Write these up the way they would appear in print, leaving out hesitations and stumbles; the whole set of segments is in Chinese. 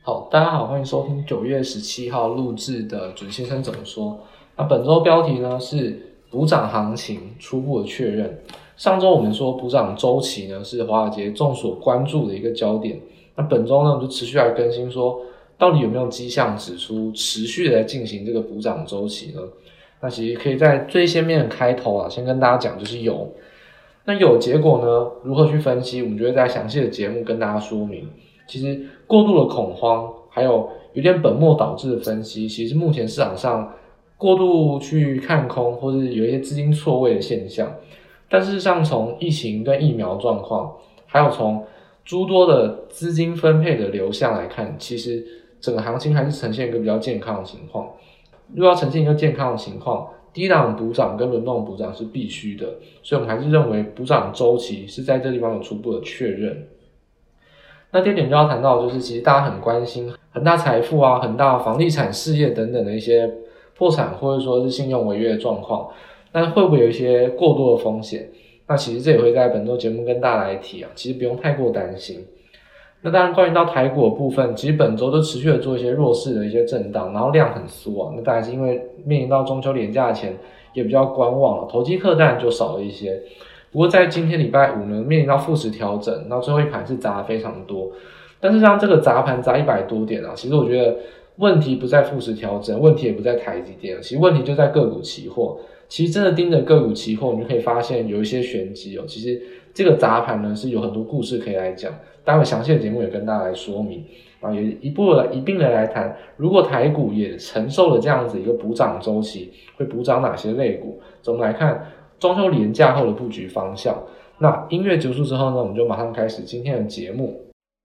好，大家好，欢迎收听9月17号录制的准先生怎么说。那本周标题呢是补涨行情初步的确认。上周我们说补涨周期呢是华尔街众所关注的一个焦点。那本周呢我们就持续来更新说，到底有没有迹象指出持续的在进行这个补涨周期呢？那其实可以在最先面的开头先跟大家讲，就是有。那有结果呢，如何去分析？我们就会在详细的节目跟大家说明。其实过度的恐慌，还有点本末倒置的分析，其实目前市场上过度去看空，或是有一些资金错位的现象。但事实上，从疫情跟疫苗状况，还有从诸多的资金分配的流向来看，其实整个行情还是呈现一个比较健康的情况。如果要呈现一个健康的情况，低档补涨跟轮动补涨是必须的，所以我们还是认为补涨周期是在这地方有初步的确认。那第二点就要谈到，就是其实大家很关心恒大财富恒大房地产事业等等的一些破产或者说是信用违约的状况，那会不会有一些过多的风险？那其实这也会在本周节目跟大家来提其实不用太过担心。那当然关于到台股的部分，其实本周就持续的做一些弱势的一些震荡，然后量很缩那当然是因为面临到中秋连假前也比较观望了，投机客当然就少了一些。不过在今天礼拜五呢，面临到复时调整，然后最后一盘是砸非常多，但是像这个砸盘砸100多点其实我觉得问题不在复时调整，问题也不在台积电，其实问题就在个股期货。其实真的盯着个股期货，你就可以发现有一些玄机其实这个砸盘呢是有很多故事可以来讲，待会详细的节目也跟大家来说明也一并的来谈，如果台股也承受了这样子一个补涨周期，会补涨哪些类股？我们来看中秋连假后的布局方向。那音乐结束之后呢，我们就马上开始今天的节目。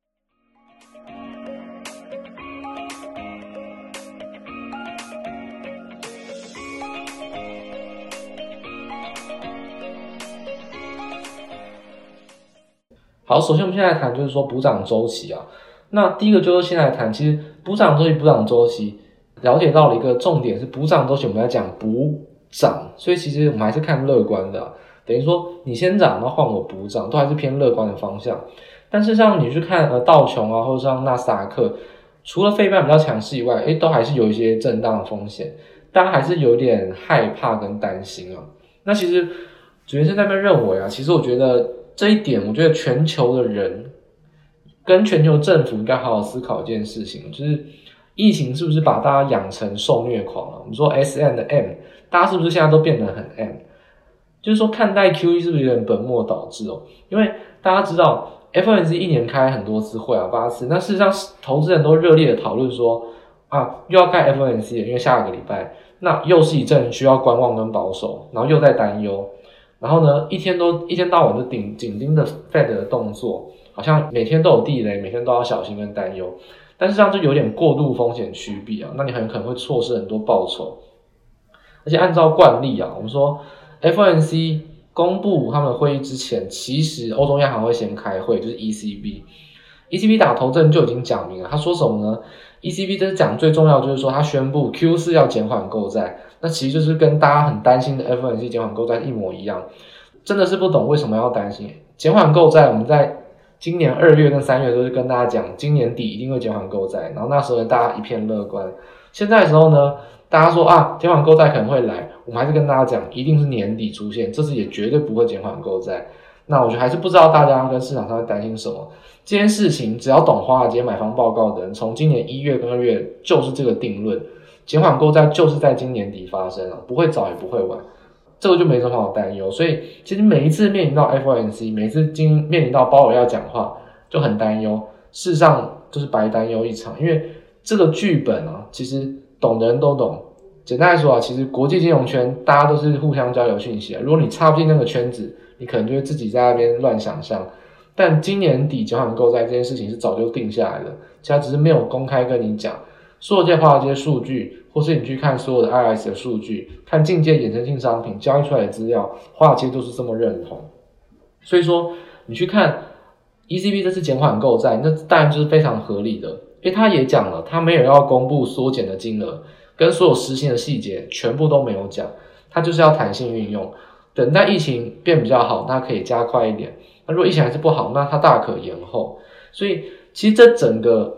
好，首先我们现在来谈就是说补涨周期那第一个就是先来谈，其实补涨周期了解到了一个重点是补涨周期我们在讲补涨，所以其实我们还是看乐观的等于说你先涨然后换我补涨，都还是偏乐观的方向。但是像你去看道琼或者像纳斯达克，除了费半比较强势以外都还是有一些震荡的风险，大家还是有点害怕跟担心那其实主持人在那边认为其实我觉得这一点，我觉得全球的人跟全球政府应该好好思考一件事情，就是疫情是不是把大家养成受虐狂我们说 SM 的 M， 大家是不是现在都变得很 M？ 就是说看待 QE 是不是有点本末倒置因为大家知道 FOMC 一年开很多次会8次，那事实上投资人都热烈的讨论说又要开 FOMC 了，因为下个礼拜那又是一阵需要观望跟保守，然后又在担忧。然后呢，一天到晚就紧盯着 Fed 的动作，好像每天都有地雷，每天都要小心跟担忧。但是这样就有点过度风险趋避那你很可能会错失很多报酬。而且按照惯例我们说 FOMC 公布他们的会议之前，其实欧洲央行会先开会，就是 ECB 打头阵就已经讲明了，他说什么呢？ECB 这是讲最重要，就是说他宣布 Q4 要减缓购债，那其实就是跟大家很担心的 FOMC 减缓购债一模一样。真的是不懂为什么要担心减缓购债。我们在今年2月跟3月都是跟大家讲，今年底一定会减缓购债，然后那时候大家一片乐观。现在的时候呢，大家说减缓购债可能会来，我们还是跟大家讲，一定是年底出现，这次也绝对不会减缓购债。那我觉得还是不知道大家跟市场上在担心什么。这件事情只要懂华尔街买方报告的人，从今年1月跟2月就是这个定论，减缓购债就是在今年底发生不会早也不会晚，这个就没什么好担忧。所以其实每一次面临到 FOMC， 每一次面临到鲍尔要讲话就很担忧，事实上就是白担忧一场。因为这个剧本其实懂的人都懂。简单来说其实国际金融圈大家都是互相交流讯息如果你插不进那个圈子，你可能就会自己在那边乱想象。但今年底减缓购债这件事情是早就定下来的，其他只是没有公开跟你讲。所有这些华尔街数据，或是你去看所有的 IRS 的数据，看进阶衍生性商品交易出来的资料，华尔街都是这么认同。所以说你去看 ECB 这次减缓购债，那当然就是非常合理的，因为他也讲了，他没有要公布缩减的金额跟所有实行的细节全部都没有讲，他就是要弹性运用，等待疫情变比较好，那可以加快一点，那如果疫情还是不好，那它大可延后。所以其实这整个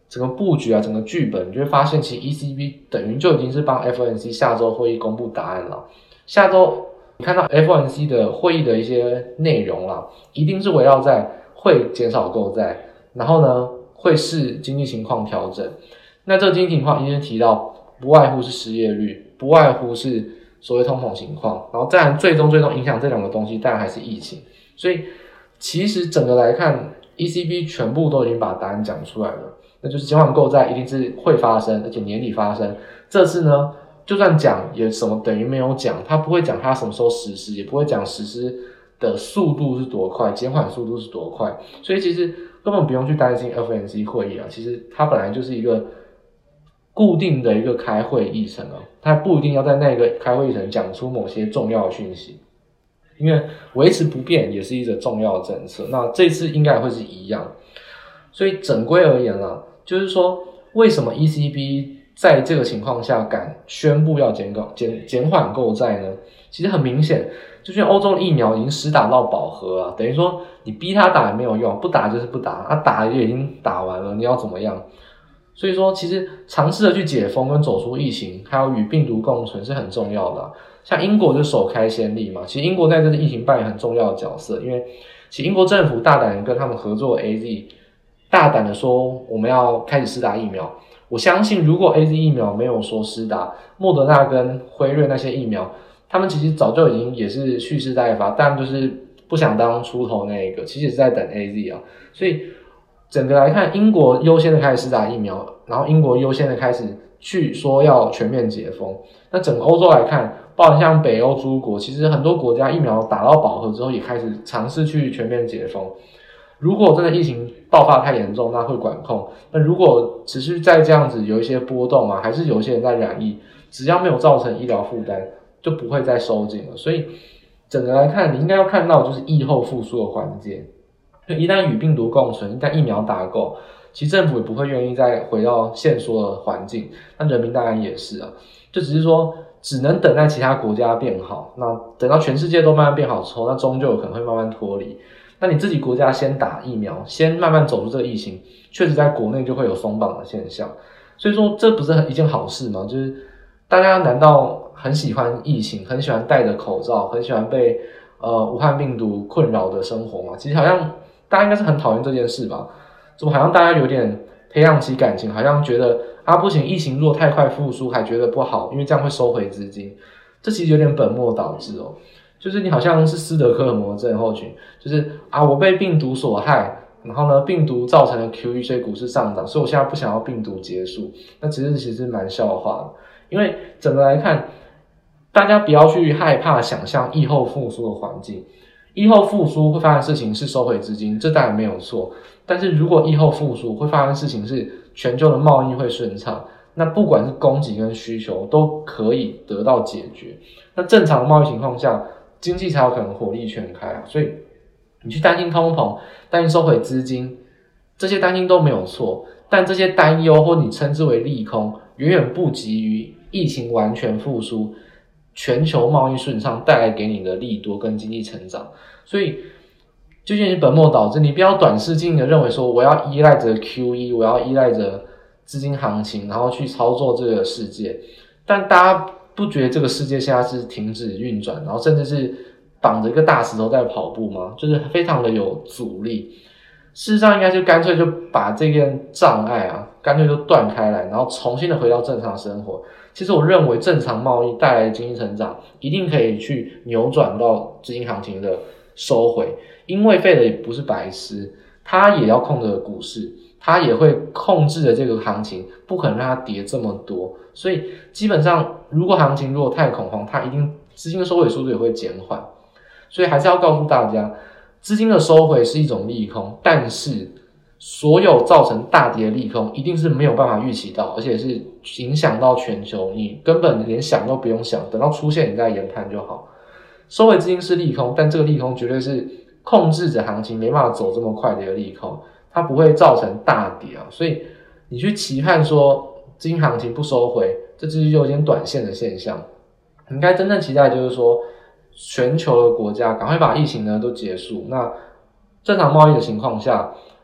整个布局啊，整个剧本，你就会发现其实 ECB 等于就已经是帮 FOMC 下周会议公布答案了。下周你看到 FOMC 的会议的一些内容啦，一定是围绕在会减少购债，然后呢会视经济情况调整。那这个经济情况一定提到不外乎是失业率，不外乎是所谓通膨情况，然后再来最终影响这两个东西当然还是疫情。所以其实整个来看 ECB 全部都已经把答案讲出来了，那就是减缓购债一定是会发生，而且年底发生。这次呢就算讲也什么等于没有讲，他不会讲他什么时候实施，也不会讲实施的速度是多快，减缓速度是多快，所以其实根本不用去担心 FOMC 会议啊，其实它本来就是一个固定的一个开会议程啊，它不一定要在那个开会议程讲出某些重要的讯息，因为维持不变也是一个重要的政策，那这次应该也会是一样。所以整归而言啦，就是说为什么 ECB 在这个情况下敢宣布要减缓购债呢？其实很明显，就是欧洲的疫苗已经施打到饱和啊，等于说你逼他打也没有用，不打就是不打，打也已经打完了，你要怎么样？所以说其实尝试的去解封跟走出疫情，还有与病毒共存是很重要的啊。像英国就首开先例嘛，其实英国在这次疫情扮演很重要的角色，因为其实英国政府大胆跟他们合作 AZ， 大胆的说我们要开始施打疫苗。我相信如果 AZ 疫苗没有说施打，莫德纳跟辉瑞那些疫苗，他们其实早就已经也是蓄势待发，但就是不想当出头那一个，其实是在等 AZ 啊。所以整个来看，英国优先的开始施打疫苗，然后英国优先的开始去说要全面解封。那整个欧洲来看，包含像北欧诸国，其实很多国家疫苗打到饱和之后，也开始尝试去全面解封。如果真的疫情爆发太严重，那会管控。那如果持续再这样子有一些波动啊，还是有些人在染疫，只要没有造成医疗负担，就不会再收紧了。所以整个来看，你应该要看到就是疫后复苏的环节。一旦与病毒共存，一旦疫苗打够，其实政府也不会愿意再回到现说的环境。那人民当然也是啊，就只是说只能等待其他国家变好，那等到全世界都慢慢变好之后，那终究有可能会慢慢脱离。那你自己国家先打疫苗，先慢慢走出这个疫情，确实在国内就会有松绑的现象。所以说这不是一件好事吗？就是大家难道很喜欢疫情，很喜欢戴着口罩，很喜欢被武汉病毒困扰的生活吗？其实好像大家应该是很讨厌这件事吧？怎么好像大家有点培养起感情，好像觉得啊不行，疫情如果太快复苏还觉得不好，因为这样会收回资金，这其实有点本末倒置哦。就是你好像是斯德哥尔摩症候群，就是啊我被病毒所害，然后呢病毒造成了 QE， 所以股市上涨，所以我现在不想要病毒结束。那其实蛮笑话的，因为整个来看，大家不要去害怕想象疫后复苏的环境。疫后复苏会发生的事情是收回资金，这当然没有错。但是如果疫后复苏会发生的事情是全球的贸易会顺畅，那不管是供给跟需求都可以得到解决。那正常的贸易情况下，经济才有可能火力全开啊。所以你去担心通膨，担心收回资金，这些担心都没有错。但这些担忧或你称之为利空，远远不及于疫情完全复苏，全球贸易顺畅带来给你的利多跟经济成长。所以究竟是本末倒置，你不要短视近的认为说我要依赖着 QE， 我要依赖着资金行情，然后去操作这个世界。但大家不觉得这个世界现在是停止运转，然后甚至是绑着一个大石头在跑步吗？就是非常的有阻力。事实上应该就干脆就把这件障碍啊干脆就断开来，然后重新的回到正常生活。其实我认为正常贸易带来的经济成长一定可以去扭转到资金行情的收回，因为费的也不是白痴，他也要控制股市，他也会控制的这个行情，不可能让它跌这么多。所以基本上如果行情如果太恐慌，它一定资金的收回速度也会减缓。所以还是要告诉大家，资金的收回是一种利空，但是所有造成大跌的利空一定是没有办法预期到，而且是影响到全球，你根本连想都不用想，等到出现你再研判就好。收回资金是利空，但这个利空绝对是控制着行情没办法走这么快的一个利空，它不会造成大跌啊。所以你去期盼说资金行情不收回，这就是有点短线的现象。你应该真正期待就是说全球的国家赶快把疫情呢都结束，那正常贸易的情况下，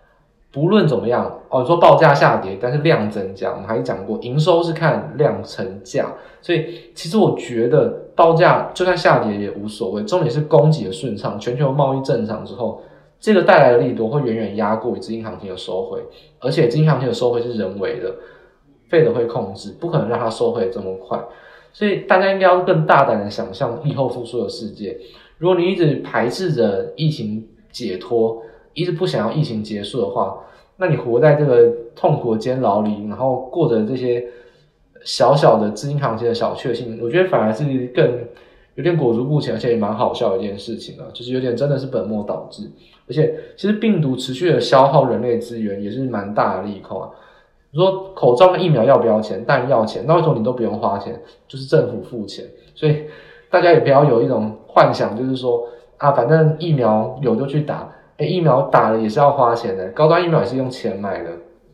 不论怎么样你说报价下跌，但是量增加，我们还是讲过，营收是看量乘价，所以其实我觉得报价就算下跌也无所谓，重点是供给的顺畅，全球贸易正常之后，这个带来的利多会远远压过于资金行情的收回，而且资金行情的收回是人为的，Fed会控制，不可能让它收回这么快，所以大家应该要更大胆的想象疫后复苏的世界。如果你一直排斥着疫情解脱，一直不想要疫情结束的话，那你活在这个痛苦的监牢里，然后过着这些小小的资金行情的小确幸，我觉得反而是更有点裹足不前，而且也蛮好笑的一件事情就是有点真的是本末倒置。而且其实病毒持续的消耗人类资源也是蛮大的利空你说口罩跟疫苗要不要钱？当然要钱，那为什么你都不用花钱？就是政府付钱。所以大家也不要有一种幻想，就是说反正疫苗有就去打，疫苗打了也是要花钱的，高端疫苗也是用钱买的，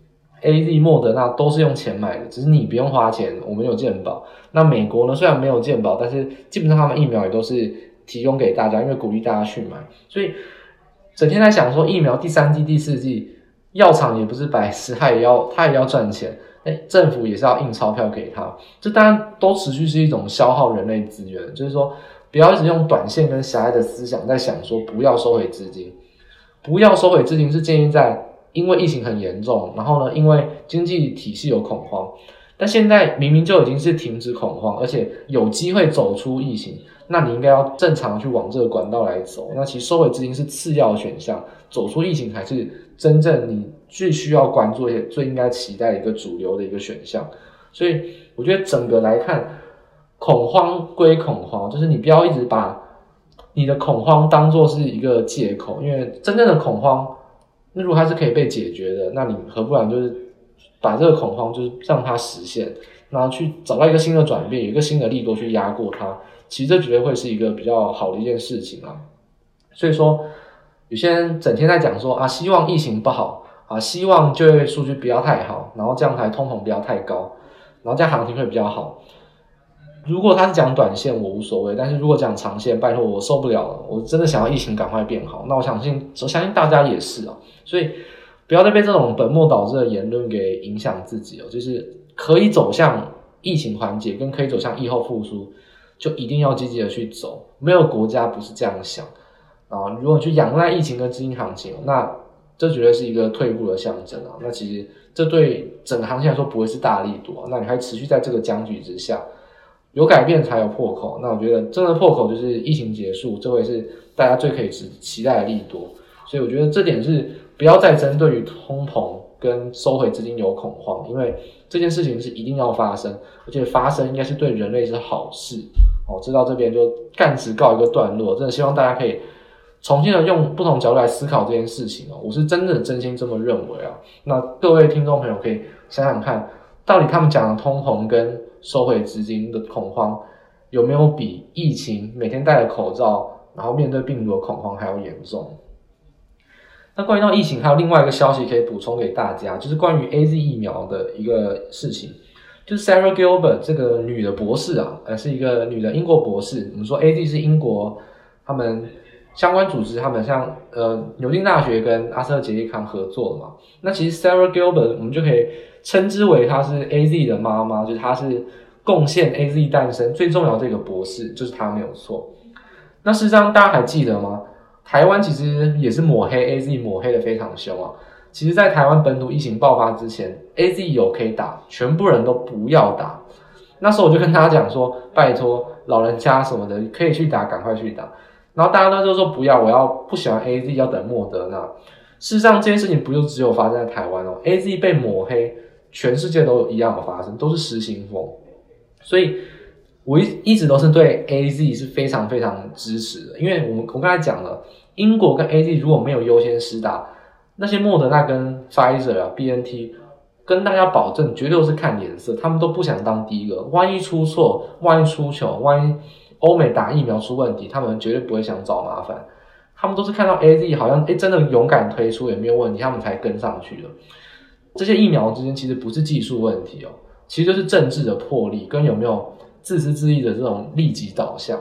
AZ 莫德纳都是用钱买的，只是你不用花钱，我们有健保。那美国呢，虽然没有健保，但是基本上他们疫苗也都是提供给大家，因为鼓励大家去买。所以整天在想说疫苗第3剂第4剂，药厂也不是白痴，他也要赚钱，政府也是要印钞票给他，这当然都持续是一种消耗人类资源，就是说不要一直用短线跟狭隘的思想在想说不要收回资金，不要收回资金是建议在因为疫情很严重，然后呢因为经济体系有恐慌，但现在明明就已经是停止恐慌，而且有机会走出疫情，那你应该要正常去往这个管道来走，那其实收回资金是次要的选项，走出疫情才是真正你最需要关注也最应该期待的一个主流的一个选项。所以我觉得整个来看，恐慌归恐慌，就是你不要一直把你的恐慌当作是一个借口，因为真正的恐慌，那如果它是可以被解决的，那你何不然就是把这个恐慌就是让它实现，然后去找到一个新的转变，有一个新的利多去压过它，其实这绝对会是一个比较好的一件事情所以说有些人整天在讲说希望疫情不好希望就业数据不要太好，然后这样才通膨不要太高，然后这样行情会比较好。如果他是讲短线我无所谓，但是如果讲长线，拜托我受不了了，我真的想要疫情赶快变好，那我相信大家也是所以不要再被这种本末倒置的言论给影响自己就是可以走向疫情缓解跟可以走向疫后复苏，就一定要积极的去走，没有国家不是这样想如果你去仰赖疫情跟资金行情，那这绝对是一个退步的象征那其实这对整个行情来说不会是大力度那你还持续在这个僵局之下，有改变才有破口，那我觉得真的破口就是疫情结束，这会是大家最可以期待的利多。所以我觉得这点是不要再针对于通膨跟收回资金有恐慌，因为这件事情是一定要发生，而且发生应该是对人类是好事知道这边就暂时告一个段落，真的希望大家可以重新的用不同角度来思考这件事情我是真的真心这么认为那各位听众朋友可以想想看，到底他们讲的通膨跟收回资金的恐慌有没有比疫情每天戴着口罩然后面对病毒的恐慌还要严重。那关于到疫情还有另外一个消息可以补充给大家，就是关于 AZ 疫苗的一个事情，就是 Sarah Gilbert 这个女的博士是一个女的英国博士。我们说 AZ 是英国他们相关组织，他们像牛津大学跟阿斯特捷利康合作的嘛。那其实 Sarah Gilbert 我们就可以称之为她是 AZ 的妈妈，就是她是贡献 AZ 诞生最重要的一个博士，就是她没有错。那事实上大家还记得吗？台湾其实也是抹黑 AZ 抹黑的非常凶其实在台湾本土疫情爆发之前 AZ 有可以打，全部人都不要打。那时候我就跟大家讲说，拜托老人家什么的可以去打，赶快去打。然后大家都说不要，不喜欢 AZ 要等莫德纳。事实上这件事情不就只有发生在台湾AZ 被抹黑全世界都一样的发生，都是失心疯。所以我一直都是对 AZ 是非常非常支持的，因为我刚才讲了，英国跟 AZ 如果没有优先施打，那些莫德纳跟 Pfizer BNT 跟大家保证绝对是看脸色，他们都不想当第一个，万一出错，万一出糗，万一欧美打疫苗出问题，他们绝对不会想找麻烦，他们都是看到 AZ 好像真的勇敢推出也没有问题，他们才跟上去的。这些疫苗之间其实不是技术问题其实就是政治的魄力跟有没有自私自利的这种利己导向。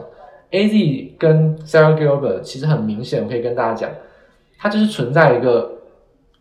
AZ 跟 Sarah Gilbert 其实很明显，我可以跟大家讲，它就是存在一个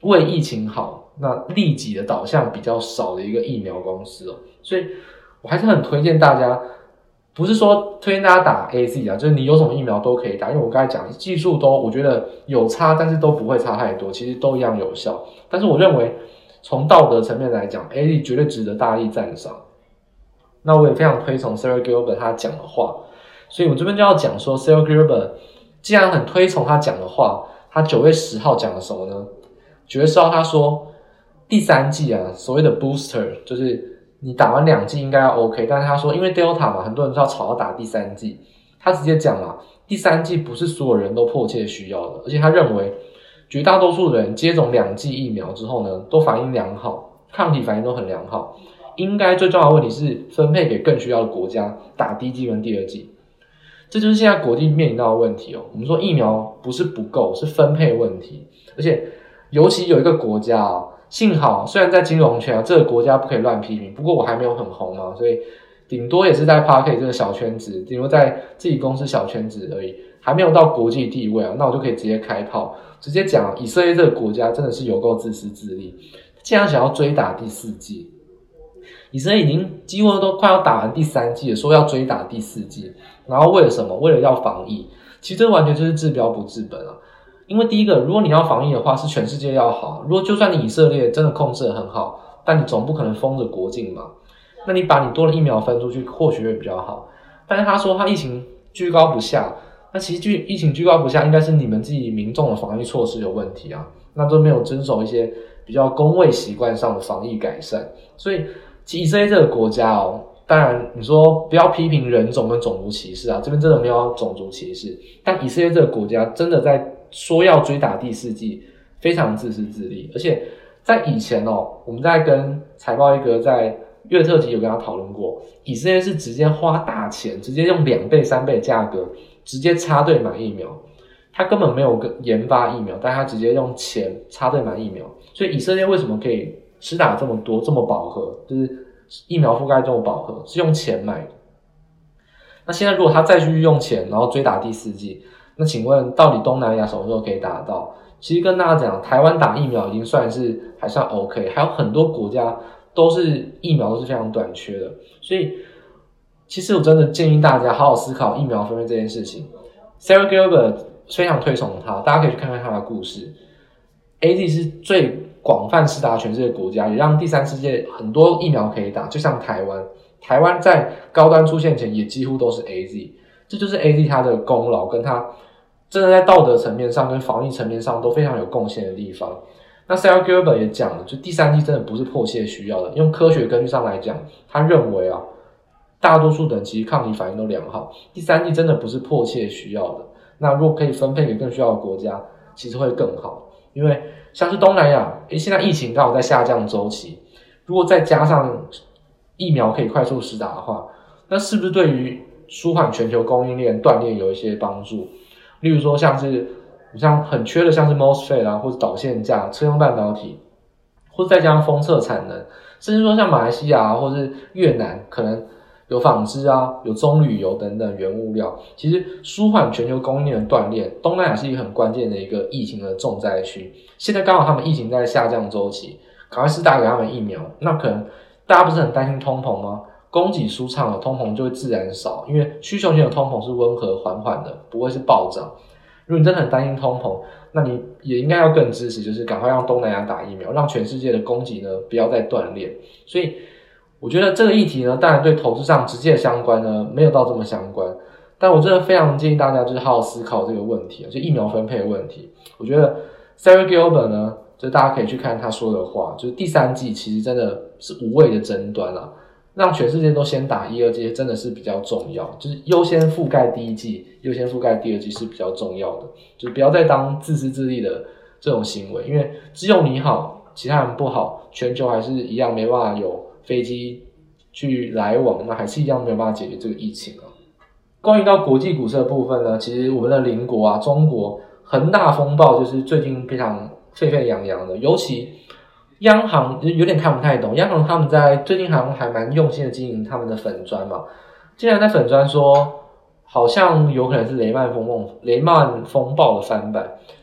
为疫情好，那利己的导向比较少的一个疫苗公司哦。所以我还是很推荐大家，不是说推荐大家打 AZ 啊，就是你有什么疫苗都可以打，因为我刚才讲技术都我觉得有差，但是都不会差太多，其实都一样有效。但是我认为从道德层面来讲 ，AZ 绝对值得大力赞赏。那我也非常推崇 Sarah Gilbert 他讲的话，所以我这边就要讲说 Sarah Gilbert 既然很推崇他讲的话，他9月10号讲了什么呢？9月10号他说第3剂啊，所谓的 booster 就是你打完2剂应该要 OK， 但是他说因为 Delta 嘛，很多人都要吵要打第3剂，他直接讲嘛，第3剂不是所有人都迫切需要的，而且他认为绝大多数人接种2剂疫苗之后呢，都反应良好，抗体反应都很良好，应该最重要的问题是分配给更需要的国家打第1剂跟第2剂。这就是现在国际面临到的问题哦。我们说疫苗不是不够，是分配问题。而且尤其有一个国家哦，幸好虽然在金融圈这个国家不可以乱批评，不过我还没有很红嘛，所以顶多也是在 Parket 这个小圈子，顶多在自己公司小圈子而已，还没有到国际地位啊。那我就可以直接开炮，直接讲以色列这个国家真的是有够自私自利，竟然想要追打第4剂。以色列已经几乎都快要打完第3剂了，说要追打第4剂，然后为了什么？为了要防疫。其实这完全就是治标不治本啊。因为第一个，如果你要防疫的话，是全世界要好。如果就算你以色列真的控制得很好，但你总不可能封着国境嘛。那你把你多的疫苗分出去，或许会比较好。但是他说他疫情居高不下，那其实疫情居高不下，应该是你们自己民众的防疫措施有问题啊，那都没有遵守一些比较公卫习惯上的防疫改善。所以其实以色列这个国家哦，当然你说不要批评人种跟种族歧视啊，这边真的没有种族歧视，但以色列这个国家真的在说要追打第4剂，非常自私自利。而且在以前哦，我们在跟财报一哥在月特辑有跟他讨论过，以色列是直接花大钱，直接用2倍3倍的价格直接插队买疫苗，他根本没有研发疫苗，但他直接用钱插队买疫苗。所以以色列为什么可以施打这么多这么饱和，就是疫苗覆盖这么饱和，是用钱买的。那现在如果他再去用钱然后追打第4剂，那请问到底东南亚什么时候可以打得到？其实跟大家讲，台湾打疫苗已经还算 OK， 还有很多国家都是疫苗都是非常短缺的。所以其实我真的建议大家好好思考疫苗分配这件事情。Sarah Gilbert 非常推崇他，大家可以去看看他的故事。AZ 是最广泛施打全世界国家，也让第3世界很多疫苗可以打，就像台湾在高端出现前也几乎都是 AZ， 这就是 AZ 他的功劳，跟他真的在道德层面上跟防疫层面上都非常有贡献的地方。那 Sarah Gilbert 也讲了，就第3剂真的不是迫切需要的，用科学根据上来讲，他认为啊，大多数的人其实抗体反应都良好，第3剂真的不是迫切需要的。那如果可以分配给更需要的国家，其实会更好。因为像是东南亚，现在疫情刚好在下降周期，如果再加上疫苗可以快速施打的话，那是不是对于舒缓全球供应链断裂有一些帮助？例如说像很缺的像是 MOSFET 啊，或者导线架、车用半导体，或者再加上封测产能，甚至说像马来西亚或是越南可能有纺织啊，有棕榈油等等原物料。其实舒缓全球供应链的断裂，东南亚是一个很关键的一个疫情的重灾区。现在刚好他们疫情在下降周期，赶快施打给他们疫苗。那可能大家不是很担心通膨吗？供给舒畅了，通膨就会自然少，因为需求型的通膨是温和缓缓的，不会是暴涨。如果你真的很担心通膨，那你也应该要更支持，就是赶快让东南亚打疫苗，让全世界的供给呢不要再断裂。所以我觉得这个议题呢，当然对投资上直接的相关呢，没有到这么相关。但我真的非常建议大家就是好好思考这个问题，就疫苗分配的问题。我觉得 Sarah Gilbert 呢，就大家可以去看他说的话，就是第3剂其实真的是无谓的争端啦，让全世界都先打1、2剂真的是比较重要，就是优先覆盖第1剂，优先覆盖第2剂是比较重要的，就是不要再当自私自利的这种行为，因为只有你好，其他人不好，全球还是一样没办法有飞机去来往，那还是一样没有办法解决这个疫情啊。关于到国际股市的部分呢，其实我们的邻国啊，中国恒大风暴就是最近非常沸沸扬扬的，尤其央行有点看不太懂，央行他们在最近好像还蛮用心的经营他们的粉专嘛，竟然在粉专说好像有可能是雷曼风暴的翻版。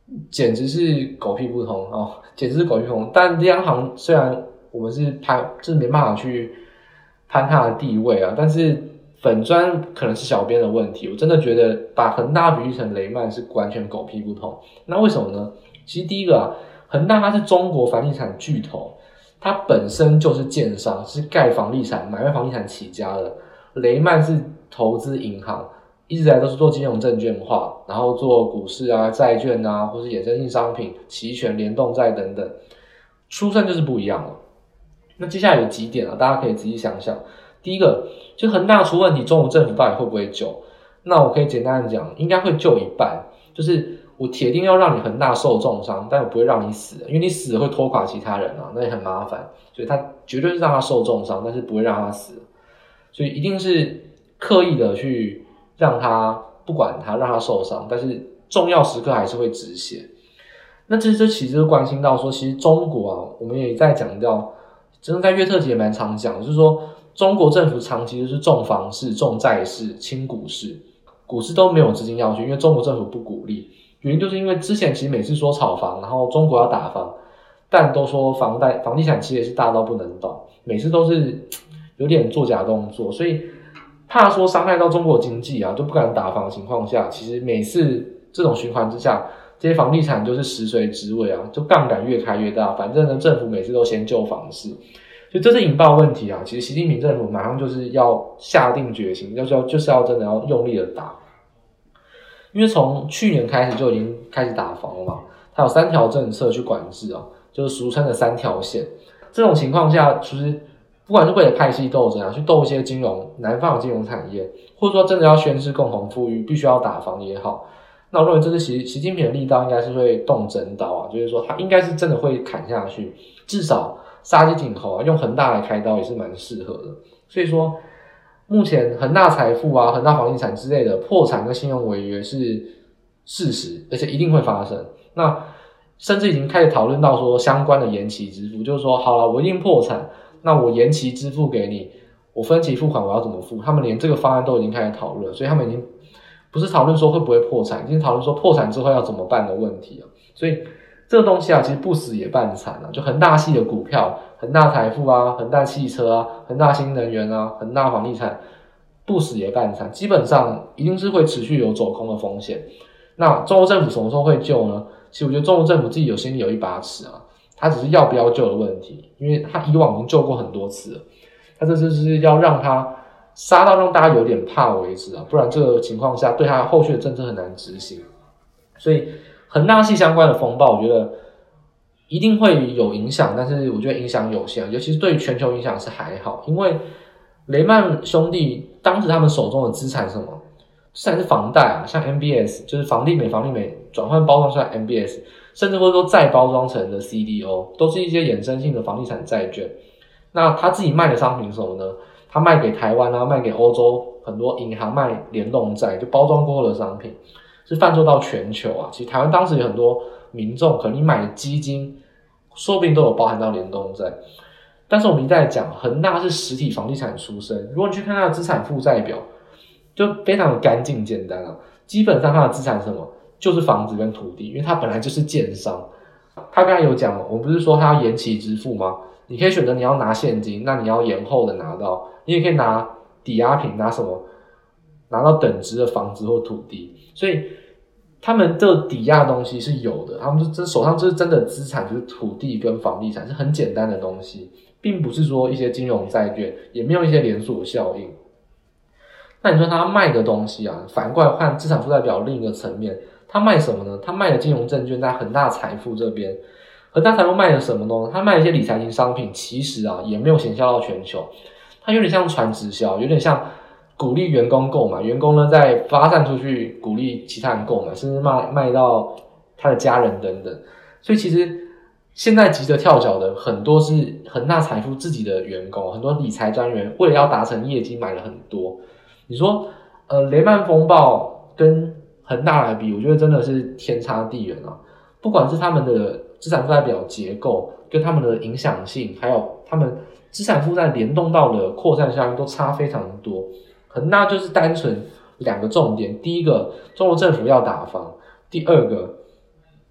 简直是狗屁不通哦，简直是狗屁不通。但央行虽然我们是就是没办法去攀它的地位啊，但是粉专可能是小编的问题，我真的觉得把恒大比喻成雷曼是完全狗屁不通。那为什么呢？其实第一个啊，恒大它是中国房地产巨头，它本身就是建商，是盖房地产、买卖房地产起家的。雷曼是投资银行，一直以来都是做金融证券化，然后做股市啊、债券啊，或是衍生性商品、期权、联动债等等，出身就是不一样了。那接下来有几点啊，大家可以仔细想想。第一个，就恒大出问题，中国政府到底会不会救？那我可以简单的讲，应该会救一半，就是我铁定要让你恒大受重伤，但我不会让你死，因为你死了会拖垮其他人啊，那也很麻烦，所以他绝对是让他受重伤，但是不会让他死，所以一定是刻意的去让他不管他，让他受伤，但是重要时刻还是会止血。那这其实就关心到说，其实中国啊，我们也在讲到，真的在约特节也蛮常讲，就是说中国政府长期就是重房市、重债市、轻股市，股市都没有资金要去，因为中国政府不鼓励。原因就是因为之前其实每次说炒房，然后中国要打房，但都说房地产企业是大到不能倒，每次都是有点作假动作，所以怕说伤害到中国经济啊，就不敢打房的情况下，其实每次这种循环之下，这些房地产就是食髓知味啊，就杠杆越开越大，反正呢政府每次都先救房市，所以这是引爆问题啊。其实习近平政府马上就是要下定决心，就是要真的要用力的打。因为从去年开始就已经开始打房了嘛，它有3条政策去管制啊，就是俗称的3条线。这种情况下，其实不管是为了派系斗争啊，去斗一些南方的金融产业，或者说真的要宣示共同富裕，必须要打房也好，那我认为这是习近平的力道应该是会动真刀啊，就是说他应该是真的会砍下去，至少杀鸡儆猴啊，用恒大来开刀也是蛮适合的。所以说目前恒大财富啊、恒大房地产之类的破产跟信用违约是事实，而且一定会发生。那甚至已经开始讨论到说相关的延期支付，就是说好了，我一定破产，那我延期支付给你，我分期付款我要怎么付？他们连这个方案都已经开始讨论，所以他们已经不是讨论说会不会破产，已经讨论说破产之后要怎么办的问题了。所以这个东西啊，其实不死也半残啊，就恒大系的股票，恒大财富啊、恒大汽车啊、恒大新能源啊、恒大房地产，不死也半残，基本上一定是会持续有走空的风险。那中国政府什么时候会救呢？其实我觉得中国政府自己心里有一把尺啊，他只是要不要救的问题，因为他以往已经救过很多次了，他这就是要让他杀到让大家有点怕为止啊，不然这个情况下对他后续的政策很难执行。所以恒大系相关的风暴，我觉得一定会有影响，但是我觉得影响有限，尤其是对于全球影响是还好，因为雷曼兄弟当时他们手中的资产是什么？资产是房贷啊，像 MBS 就是房利美转换包装出来 MBS， 甚至或者说再包装成的 CDO， 都是一些衍生性的房地产债券。那他自己卖的商品是什么呢？他卖给台湾啊，卖给欧洲很多银行卖联动债，就包装过后的商品，是贩售到全球啊。其实台湾当时有很多民众，可能你买的基金，说不定都有包含到联动债。但是我们一再讲，恒大是实体房地产出身，如果你去看它的资产负债表，就非常的干净简单啊。基本上它的资产是什么？就是房子跟土地，因为它本来就是建商。他刚才有讲，我们不是说他要延期支付吗？你可以选择你要拿现金，那你要延后的拿到，你也可以拿抵押品，拿什么？拿到等值的房子或土地。所以他们这抵押的东西是有的，他们就手上就是真的资产，就是土地跟房地产，是很简单的东西，并不是说一些金融债券，也没有一些连锁效应。那你说他卖的东西啊，反过来看资产负债表另一个层面，他卖什么呢？他卖的金融证券在恒大财富这边，恒大财富卖的什么呢？他卖的一些理财型商品，其实啊也没有行销到全球，它有点像传直销，有点像鼓励员工购买，员工呢再发散出去鼓励其他人购买，甚至卖到他的家人等等。所以其实现在急着跳脚的很多是恒大财富自己的员工，很多理财专员为了要达成业绩买了很多。你说雷曼风暴跟恒大来比，我觉得真的是天差地远啊。不管是他们的资产负债表结构跟他们的影响性，还有他们资产负债联动到的扩散效应都差非常多。恒大就是单纯2个重点，第一个中国政府要打房，第二个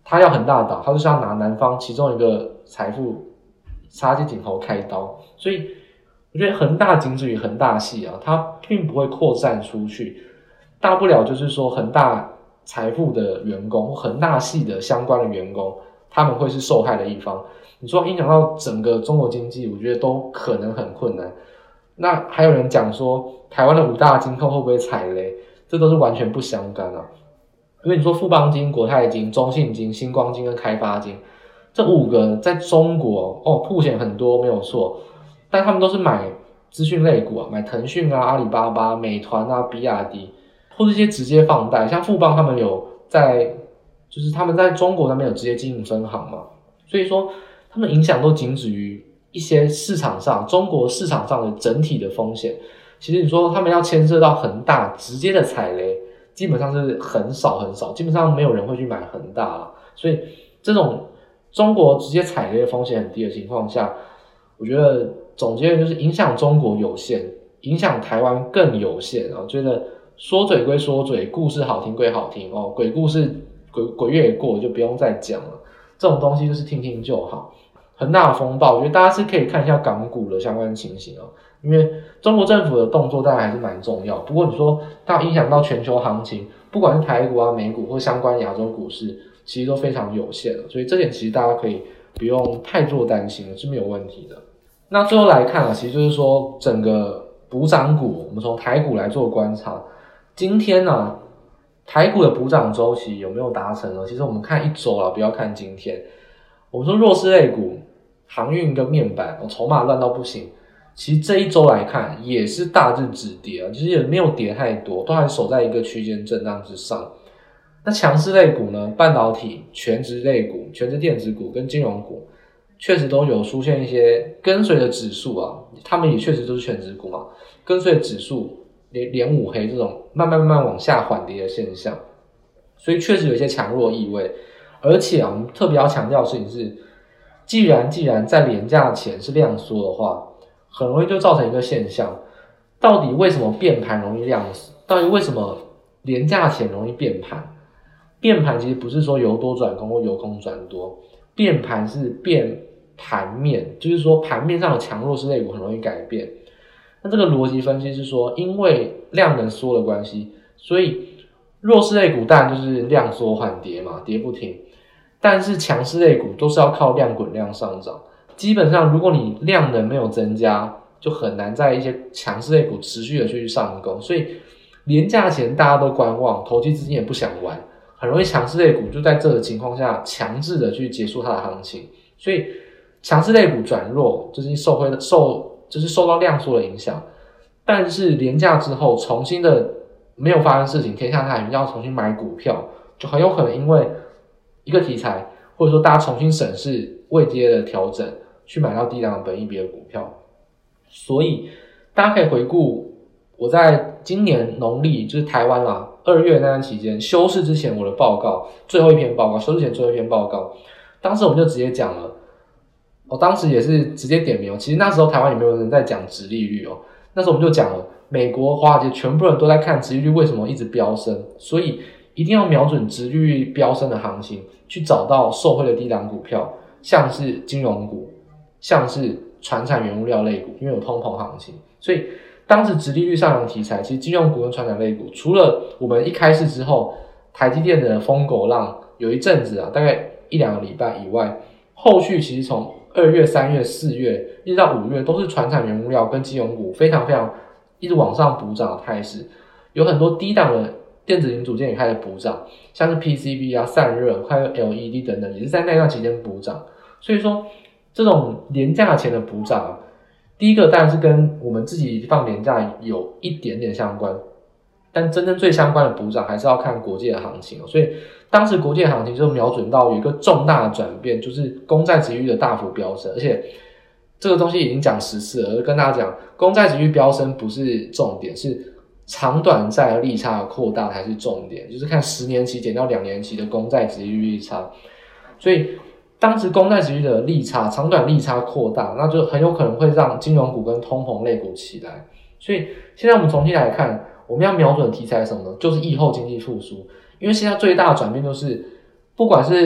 他要很大档，他就是要拿南方其中一个财富插进井头开刀，所以我觉得恒大仅止于恒大系啊，它并不会扩散出去，大不了就是说恒大财富的员工或恒大系的相关的员工，他们会是受害的一方。你说影响到整个中国经济，我觉得都可能很困难。那还有人讲说，台湾的5大金控会不会踩雷？这都是完全不相干啊。因为你说富邦金、国泰金、中信金、星光金跟开发金，这5个在中国曝险很多没有错，但他们都是买资讯类股啊，买腾讯啊、阿里巴巴、美团啊、比亚迪，或是一些直接放贷，像富邦他们有就是他们在中国那边有直接经营分行嘛，所以说他们影响都仅止于一些市场上中国市场上的整体的风险。其实你说他们要牵涉到恒大直接的踩雷，基本上是很少很少，基本上没有人会去买恒大啦。所以这种中国直接踩雷的风险很低的情况下，我觉得总结就是影响中国有限，影响台湾更有限啊。我觉得说嘴归说嘴，故事好听归好听哦，鬼故事鬼月也过就不用再讲了，这种东西就是听听就好。恒大的风暴，我觉得大家是可以看一下港股的相关情形哦，因为中国政府的动作当然还是蛮重要。不过你说它影响到全球行情，不管是台股啊、美股或相关亚洲股市，其实都非常有限了。所以这点其实大家可以不用太做担心，是没有问题的。那最后来看啊，其实就是说整个补涨股，我们从台股来做观察，今天呢，台股的补涨周期有没有达成呢？其实我们看一周啦，不要看今天。我们说弱势类股，航运跟面板，筹码乱到不行。其实这一周来看也是大致止跌啊，其实也没有跌太多，都还守在一个区间震荡之上。那强势类股呢，半导体、全职类股、全职电子股跟金融股，确实都有出现一些跟随的指数啊，他们也确实都是全职股嘛，跟随指数连五黑这种慢慢往下缓跌的现象，所以确实有一些强弱意味。而且啊，我们特别要强调的事情是，既然在连假前是量缩的话，很容易就造成一个现象，到底为什么变盘容易量死？到底为什么连假前容易变盘？变盘其实不是说由多转空或由空转多，变盘是变盘面，就是说盘面上的强弱势类股很容易改变。那这个逻辑分析是说，因为量能缩的关系，所以弱势类股当然就是量缩缓跌嘛，跌不停。但是强势类股都是要靠量滚量上涨，基本上如果你量能没有增加，就很难在一些强势类股持续的去上攻。所以连假前大家都观望，投机资金也不想玩，很容易强势类股就在这个情况下强制的去结束它的行情。所以强势类股转弱，就是受到量缩的影响。但是连假之后重新的没有发生事情，天下太平要重新买股票，就很有可能因为一个题材，或者说大家重新审视位阶的调整，去买到低档的本益比的股票。所以大家可以回顾我在今年农历就是台湾啦2月那段期间休市之前我的报告，休市前最后一篇报告，当时我们就直接讲了，当时也是直接点名其实那时候台湾也没有人在讲殖利率那时候我们就讲了，美国华尔街全部人都在看殖利率为什么一直飙升，所以一定要瞄准殖利率飙升的行情，去找到受惠的低档股票，像是金融股，像是传产原物料类股，因为有通膨行情。所以当时殖利率上扬题材，其实金融股跟传产类股，除了我们一开市之后台积电的疯狗浪有一阵子大概1-2个礼拜以外，后续其实从2月、3月、4月一直到5月，都是传产原物料跟金融股非常一直往上补涨的态势，有很多低档的电子零组件也开始补涨，像是 PCB 啊、散热还有 LED 等等，也是在那段期间补涨。所以说这种连假前的补涨第一个当然是跟我们自己放连假有一点点相关，但真正最相关的补涨还是要看国际的行情所以当时国际的行情就瞄准到有一个重大的转变，就是公债殖利率的大幅飙升。而且这个东西已经讲10次了，跟大家讲，公债殖利率飙升不是重点，是长短债的利差的扩大才是重点，就是看10年期减掉2年期的公债殖利率利差。所以当时公债殖利率的利差长短利差扩大，那就很有可能会让金融股跟通膨类股起来。所以现在我们重新来看，我们要瞄准的题材是什么呢？就是疫后经济复苏。因为现在最大的转变就是，不管是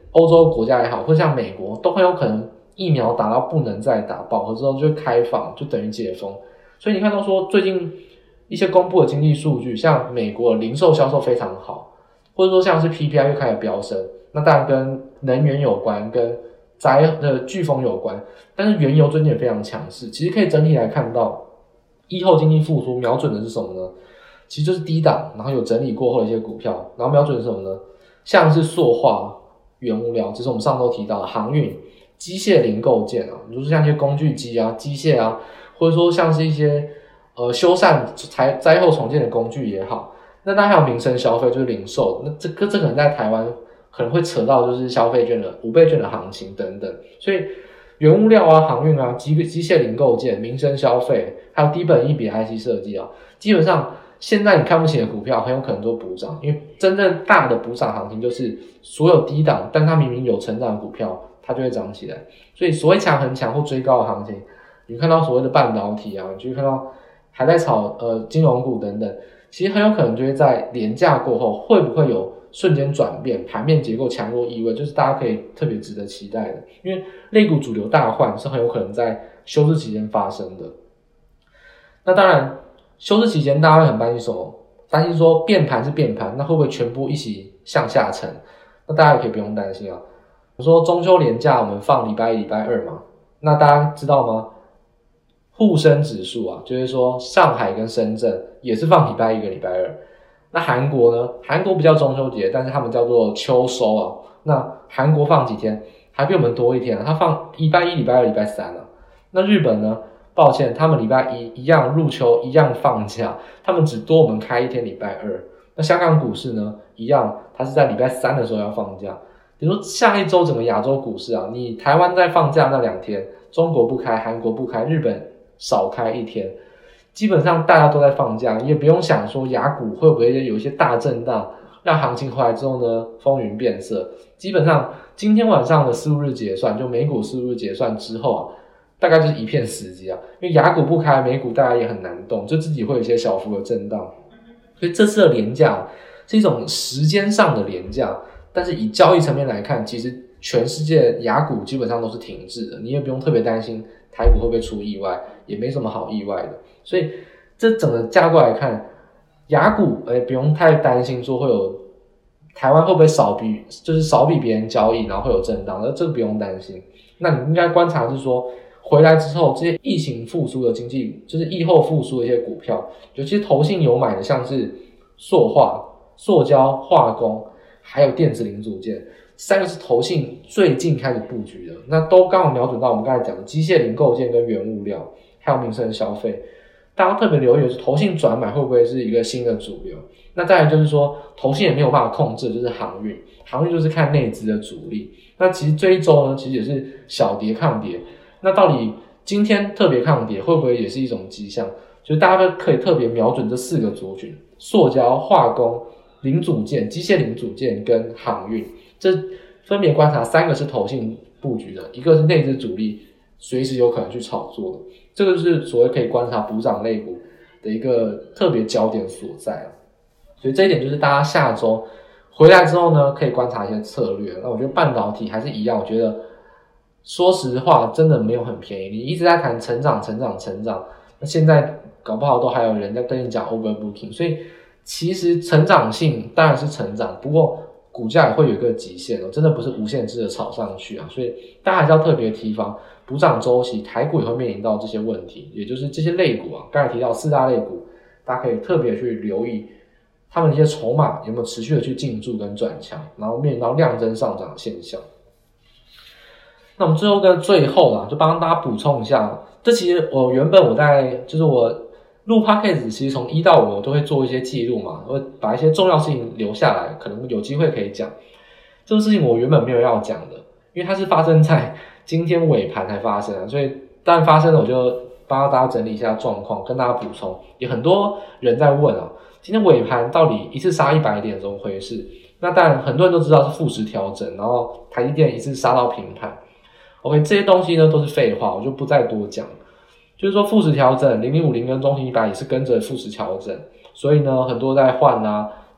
欧洲国家也好，或像美国，都很有可能疫苗打到不能再打，饱和之后就开放，就等于解封。所以你看到说最近一些公布的经济数据，像美国的零售销售非常好，或者说像是 PPI 又开始飙升，那当然跟能源有关，跟飓风有关，但是原油最近也非常强势。其实可以整体来看到，疫后经济复苏瞄准的是什么呢？其实就是低档，然后有整理过后的一些股票，然后瞄准的是什么呢？像是塑化、原物料，这是我们上周提到的航运、机械零构件啊，比如说像一些工具机啊、机械啊，或者说像是一些修缮灾后重建的工具也好。那当然还有民生消费，就是零售，那这可能在台湾可能会扯到就是消费券的5倍券的行情等等，所以原物料啊、航运啊、机械零构件、民生消费，还有低本益比 IC 设计啊，基本上现在你看不起的股票很有可能都补涨，因为真正大的补涨行情就是所有低档但它明明有成长的股票它就会涨起来。所以所谓强很强或追高的行情，你看到所谓的半导体啊，你就看到还在炒金融股等等，其实很有可能就会在连假过后会不会有瞬间转变，盘面结构强弱意味，就是大家可以特别值得期待的。因为类股主流大换是很有可能在休市期间发生的。那当然休市期间大家会很担心什么？担心说变盘是变盘，那会不会全部一起向下沉？那大家也可以不用担心啊。我说中秋连假我们放礼拜一、礼拜二嘛，那大家知道吗？沪深指数啊，就是说上海跟深圳也是放礼拜一跟礼拜二。那韩国呢？韩国不叫中秋节，但是他们叫做秋收啊。那韩国放几天？还比我们多一天啊，他放礼拜一、礼拜二、礼拜三啊。那日本呢？抱歉，他们礼拜一一样入秋，一样放假，他们只多我们开一天礼拜二。那香港股市呢？一样，它是在礼拜三的时候要放假。比如说下一周整个亚洲股市啊，你台湾在放假那2天，中国不开，韩国不开，日本少开一天，基本上大家都在放假，也不用想说亚股会不会有一些大震荡，让行情回来之后呢风云变色。基本上今天晚上的45日结算，就美股45日结算之后啊，大概就是一片死寂啊，因为亚股不开，美股大家也很难动，就自己会有一些小幅的震荡。所以这次的连假是一种时间上的连假，但是以交易层面来看，其实全世界亚股基本上都是停滞的，你也不用特别担心台股会不会出意外，也没什么好意外的。所以这整个架构来看，亚股不用太担心说会有台湾会不会少比别人交易，然后会有震荡，这个不用担心。那你应该观察是说，回来之后这些疫情复苏的经济，就是疫后复苏的一些股票，尤其是投信有买的，像是塑化、塑胶、化工，还有电子零组件，3个是投信最近开始布局的，那都刚好瞄准到我们刚才讲的机械零构件跟原物料，还有民生消费。大家特别留意的是投信转买会不会是一个新的主流。那再来就是说投信也没有办法控制，就是航运就是看内资的主力。那其实这一周呢，其实也是小跌抗跌，那到底今天特别抗跌会不会也是一种迹象？就是大家都可以特别瞄准这4个族群：塑胶、化工、零组件、机械零组件跟航运。这分别观察3个是投信布局的，一个是内资主力随时有可能去炒作的，这个就是所谓可以观察补涨类股的一个特别焦点所在啊。所以这一点就是大家下周回来之后呢，可以观察一些策略。那我觉得半导体还是一样，我觉得说实话真的没有很便宜。你一直在谈成长，那现在搞不好都还有人在跟你讲 overbooking， 所以其实成长性当然是成长，不过股价也会有一个极限真的不是无限制的炒上去啊。所以大家还是要特别提防补涨周期，台股也会面临到这些问题，也就是这些类股啊，刚才提到4大类股，大家可以特别去留意他们的一些筹码有没有持续的去进驻跟转强，然后面临到量增上涨的现象。那我们最后啦，就帮大家补充一下，这其实原本我在就是我录 podcast 其实从1到5我都会做一些记录嘛，我会把一些重要事情留下来，可能有机会可以讲。这个事情我原本没有要讲的，因为它是发生在今天尾盘才发生的，所以当然发生了我就帮大家整理一下状况，跟大家补充。也很多人在问啊，今天尾盘到底一次杀100点怎么回事？那当然很多人都知道是富时调整，然后台积电一次杀到平盘。OK， 这些东西呢都是废话，我就不再多讲。就是说富时调整，0050跟中型100也是跟着富时调整，所以呢很多在换啊，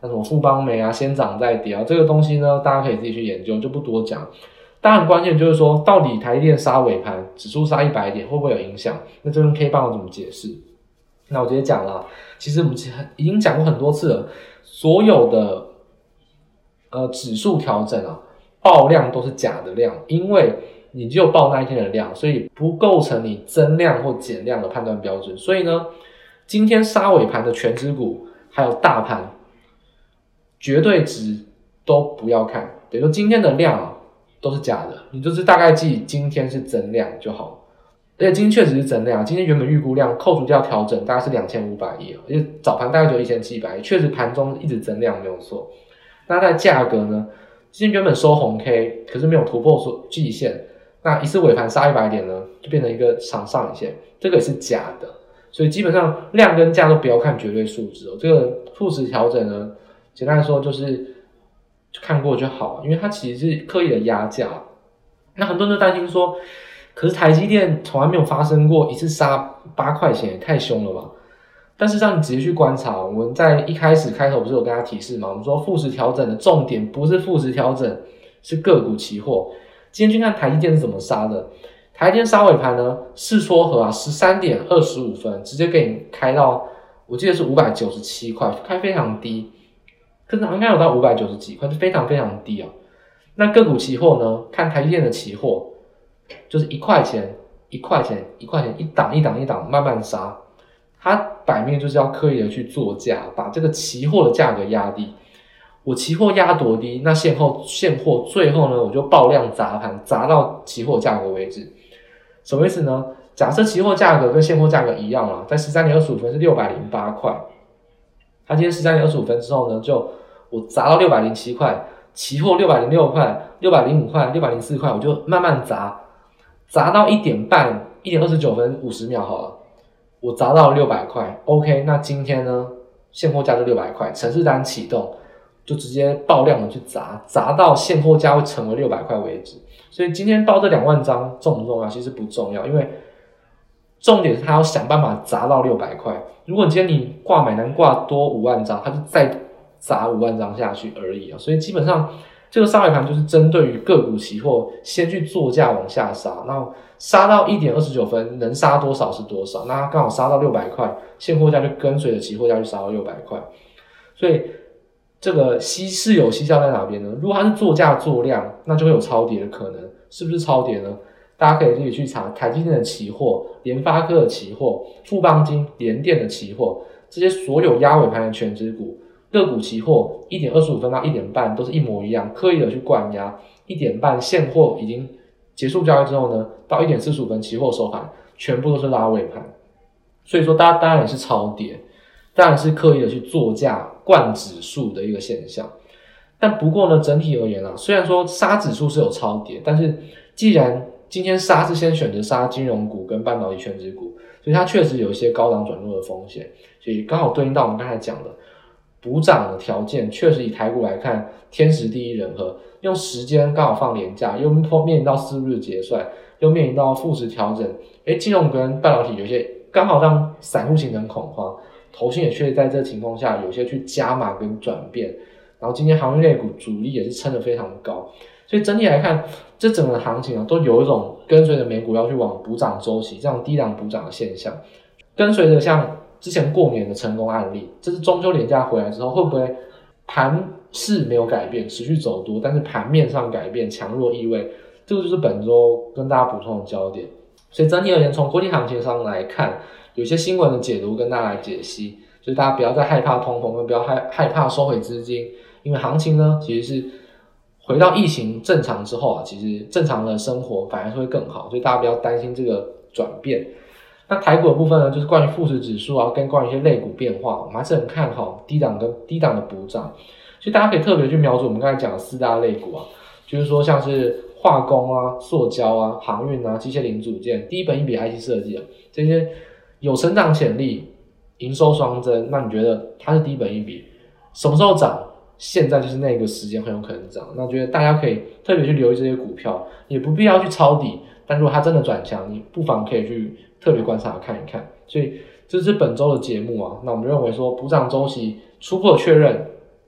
那什么富邦媒啊，先涨再跌啊，这个东西呢，大家可以自己去研究，就不多讲。当然，关键就是说，到底台积电杀尾盘，指数杀100点会不会有影响？那这跟 K 棒怎么解释？那我直接讲了，其实我们已经讲过很多次了，所有的指数调整啊，爆量都是假的量，因为你只有报那一天的量，所以不构成你增量或减量的判断标准。所以呢，今天杀尾盘的全指股还有大盘绝对值都不要看，等于说今天的量啊都是假的，你就是大概记今天是增量就好。而且今天确实是增量，今天原本预估量扣除掉调整大概是2500亿，而且早盘大概就1700亿，确实盘中一直增量没有错。那在价格呢，今天原本收红 K， 可是没有突破季线，那一次尾盘杀100点呢，就变成一个长上影线，这个也是假的。所以基本上量跟价都不要看绝对数值哦，这个富时调整呢，简单来说就是看过就好，因为它其实是刻意的压价。那很多人都担心说，可是台积电从来没有发生过一次杀8块钱，也太凶了吧？但是让你直接去观察，我们在一开头不是有跟大家提示吗？我们说富时调整的重点不是富时调整，是个股期货。今天去看台积电是怎么杀的。台积电杀尾盘呢，试撮合啊13点25分，直接给你开到，我记得是597块，开非常低，可是应该有到590几块，就非常非常低啊。那个股期货呢，看台积电的期货，就是1块钱1块钱1块钱，一档一档一档慢慢杀，它摆明就是要刻意的去做价，把这个期货的价格压低。我期货压多低，那现货最后呢，我就爆量砸盘，砸到期货价格为止。什么意思呢？假设期货价格跟现货价格一样啦，在13点25分是608块，它今天13点25分之后呢，就我砸到607块，期货606块、605块、604块，我就慢慢砸到1点半，1点29分50秒好了，我砸到600块 ，OK， 那今天呢，现货价就600块，程式单启动，就直接爆量的去砸到现货价会成为600块为止。所以今天报这2万张重不重要？其实不重要，因为重点是他要想办法砸到600块。如果今天你挂买单挂多5万张，他就再砸5万张下去而已啊。所以基本上这个杀尾盘就是针对于个股期货先去做价往下杀，然后杀到1点29分能杀多少是多少，那他刚好杀到600块，现货价就跟随着期货价去杀到600块。所以这个是有蹊跷在哪边呢？如果它是做价做量，那就会有超跌的可能，是不是超跌呢？大家可以自己去查台积电的期货、联发科的期货、富邦金、联电的期货，这些所有压尾盘的全指股个股期货1点25分到1点半都是一模一样，刻意的去灌压。1点半现货已经结束交易之后呢，到1点45分期货收盘，全部都是拉尾盘。所以说大家当然也是超跌，当然是刻意的去做价灌指数的一个现象。但不过呢，整体而言虽然说杀指数是有超跌，但是既然今天杀是先选择杀金融股跟半导体全指股，所以它确实有一些高档转弱的风险，所以刚好对应到我们刚才讲的补涨的条件，确实以台股来看，天时地利人和，用时间刚好放连假，又面临到4日结算，又面临到富时调整，金融跟半导体有些刚好让散户形成恐慌，投信也确实在这个情况下有些去加码跟转变，然后今天航运类股主力也是撑得非常高，所以整体来看，这整个行情都有一种跟随着美股要去往补涨周期这样低档补涨的现象，跟随着像之前过年的成功案例，这是中秋连假回来之后，会不会盘势没有改变，持续走多，但是盘面上改变，强弱意味，这个就是本周跟大家补充的焦点。所以整体而言，从国际行情上来看，有些新闻的解读跟大家来解析，就是大家不要再害怕通膨，跟不要害怕收回资金，因为行情呢其实是回到疫情正常之后其实正常的生活反而会更好，所以大家不要担心这个转变。那台股的部分呢，就是关于富时指数跟关于一些类股变化，我们还是很看好低档跟低档的补涨，所以大家可以特别去瞄准我们刚才讲的4大类股就是说像是化工塑胶航运机械零组件、低本益比 IC 设计这些有成长潜力、营收双增，那你觉得它是低本益比，什么时候涨？现在就是那个时间很有可能涨，那我觉得大家可以特别去留意这些股票，也不必要去抄底，但如果它真的转强，你不妨可以去特别观察看一看。所以这是本周的节目那我们认为说补涨周期初步确认，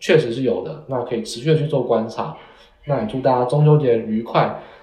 确实是有的，那可以持续的去做观察。那也祝大家中秋节愉快。